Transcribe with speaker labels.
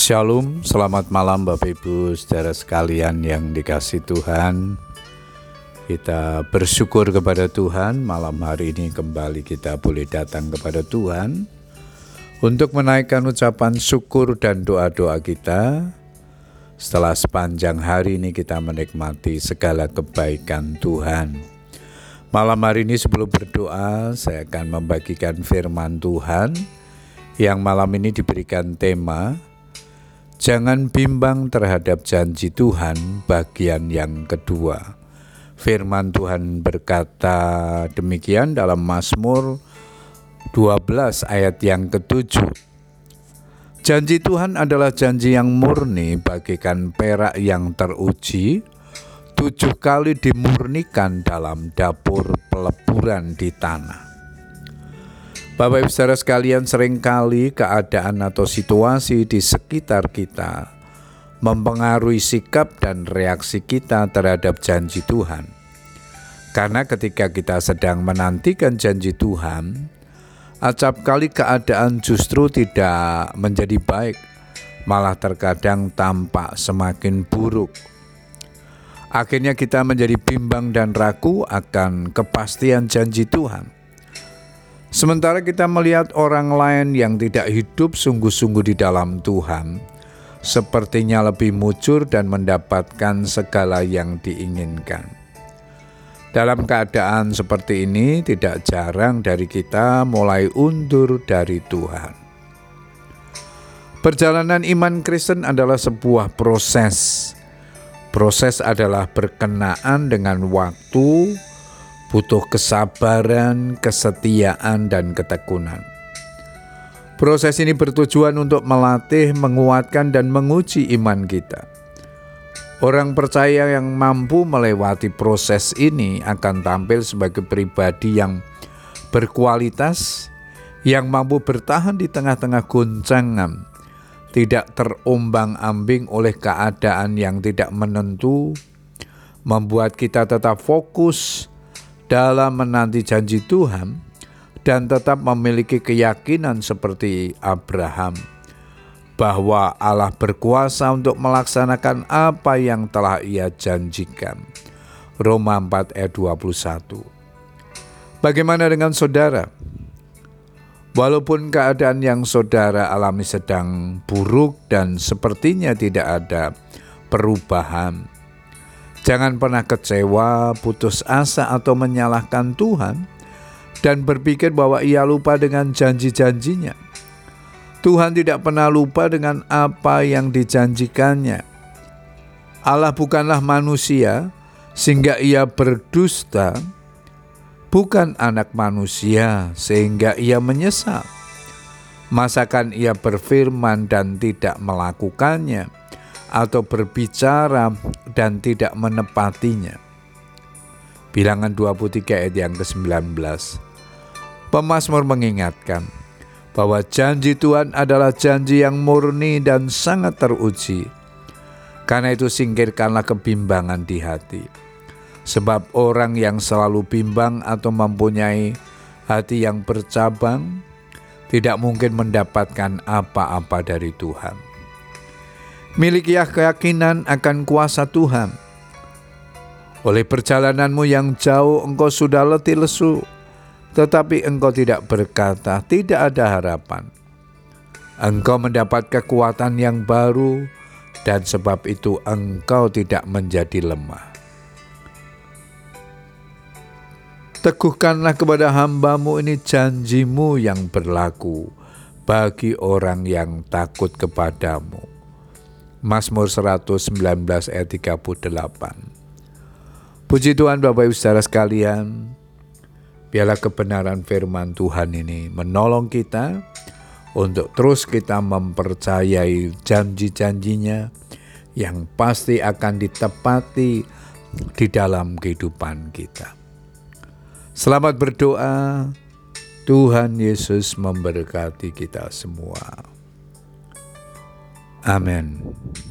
Speaker 1: Shalom, selamat malam Bapak Ibu saudara sekalian yang dikasihi Tuhan. Kita bersyukur kepada Tuhan, malam hari ini kembali kita boleh datang kepada Tuhan untuk menaikkan ucapan syukur dan doa-doa kita. Setelah sepanjang hari ini kita menikmati segala kebaikan Tuhan. Malam hari ini sebelum berdoa, saya akan membagikan firman Tuhan yang malam ini diberikan tema Jangan bimbang terhadap janji Tuhan bagian yang kedua. Firman Tuhan berkata demikian dalam Mazmur 12 ayat yang ke-7. Janji Tuhan adalah janji yang murni bagaikan perak yang teruji, 7 kali dimurnikan dalam dapur peleburan di tanah. Bapak Ibu saudara sekalian, seringkali keadaan atau situasi di sekitar kita mempengaruhi sikap dan reaksi kita terhadap janji Tuhan. Karena ketika kita sedang menantikan janji Tuhan, acap kali keadaan justru tidak menjadi baik, malah terkadang tampak semakin buruk. Akhirnya kita menjadi bimbang dan ragu akan kepastian janji Tuhan. Sementara kita melihat orang lain yang tidak hidup sungguh-sungguh di dalam Tuhan, sepertinya lebih mujur dan mendapatkan segala yang diinginkan. Dalam keadaan seperti ini, tidak jarang dari kita mulai undur dari Tuhan. Perjalanan iman Kristen adalah sebuah proses. Proses adalah berkenaan dengan waktu, butuh kesabaran, kesetiaan, dan ketekunan. Proses ini bertujuan untuk melatih, menguatkan, dan menguji iman kita. Orang percaya yang mampu melewati proses ini akan tampil sebagai pribadi yang berkualitas, yang mampu bertahan di tengah-tengah goncangan, tidak terombang-ambing oleh keadaan yang tidak menentu, membuat kita tetap fokus dalam menanti janji Tuhan dan tetap memiliki keyakinan seperti Abraham bahwa Allah berkuasa untuk melaksanakan apa yang telah Ia janjikan. Roma 4 ayat 21. Bagaimana dengan saudara? Walaupun keadaan yang saudara alami sedang buruk dan sepertinya tidak ada perubahan, jangan pernah kecewa, putus asa, atau menyalahkan Tuhan dan berpikir bahwa Ia lupa dengan janji-janjinya. Tuhan tidak pernah lupa dengan apa yang dijanjikannya. Allah bukanlah manusia sehingga Ia berdusta, bukan anak manusia sehingga Ia menyesal. Masakan Ia berfirman dan tidak melakukannya, atau berbicara dan tidak menepatinya. Bilangan 23 ayat yang ke-19. Pemazmur mengingatkan bahwa janji Tuhan adalah janji yang murni dan sangat teruji. Karena itu singkirkanlah kebimbangan di hati. Sebab orang yang selalu bimbang atau mempunyai hati yang bercabang tidak mungkin mendapatkan apa-apa dari Tuhan. Milikilah keyakinan akan kuasa Tuhan. Oleh perjalananmu yang jauh engkau sudah letih lesu, tetapi engkau tidak berkata, tidak ada harapan. Engkau mendapat kekuatan yang baru, dan sebab itu engkau tidak menjadi lemah. Teguhkanlah kepada hamba-Mu ini janji-Mu yang berlaku bagi orang yang takut kepadamu. Mazmur 119 ayat 38. Puji Tuhan Bapak Ibu saudara sekalian, biarlah kebenaran firman Tuhan ini menolong kita untuk terus kita mempercayai janji-janjinya yang pasti akan ditepati di dalam kehidupan kita. Selamat berdoa, Tuhan Yesus memberkati kita semua. Amin.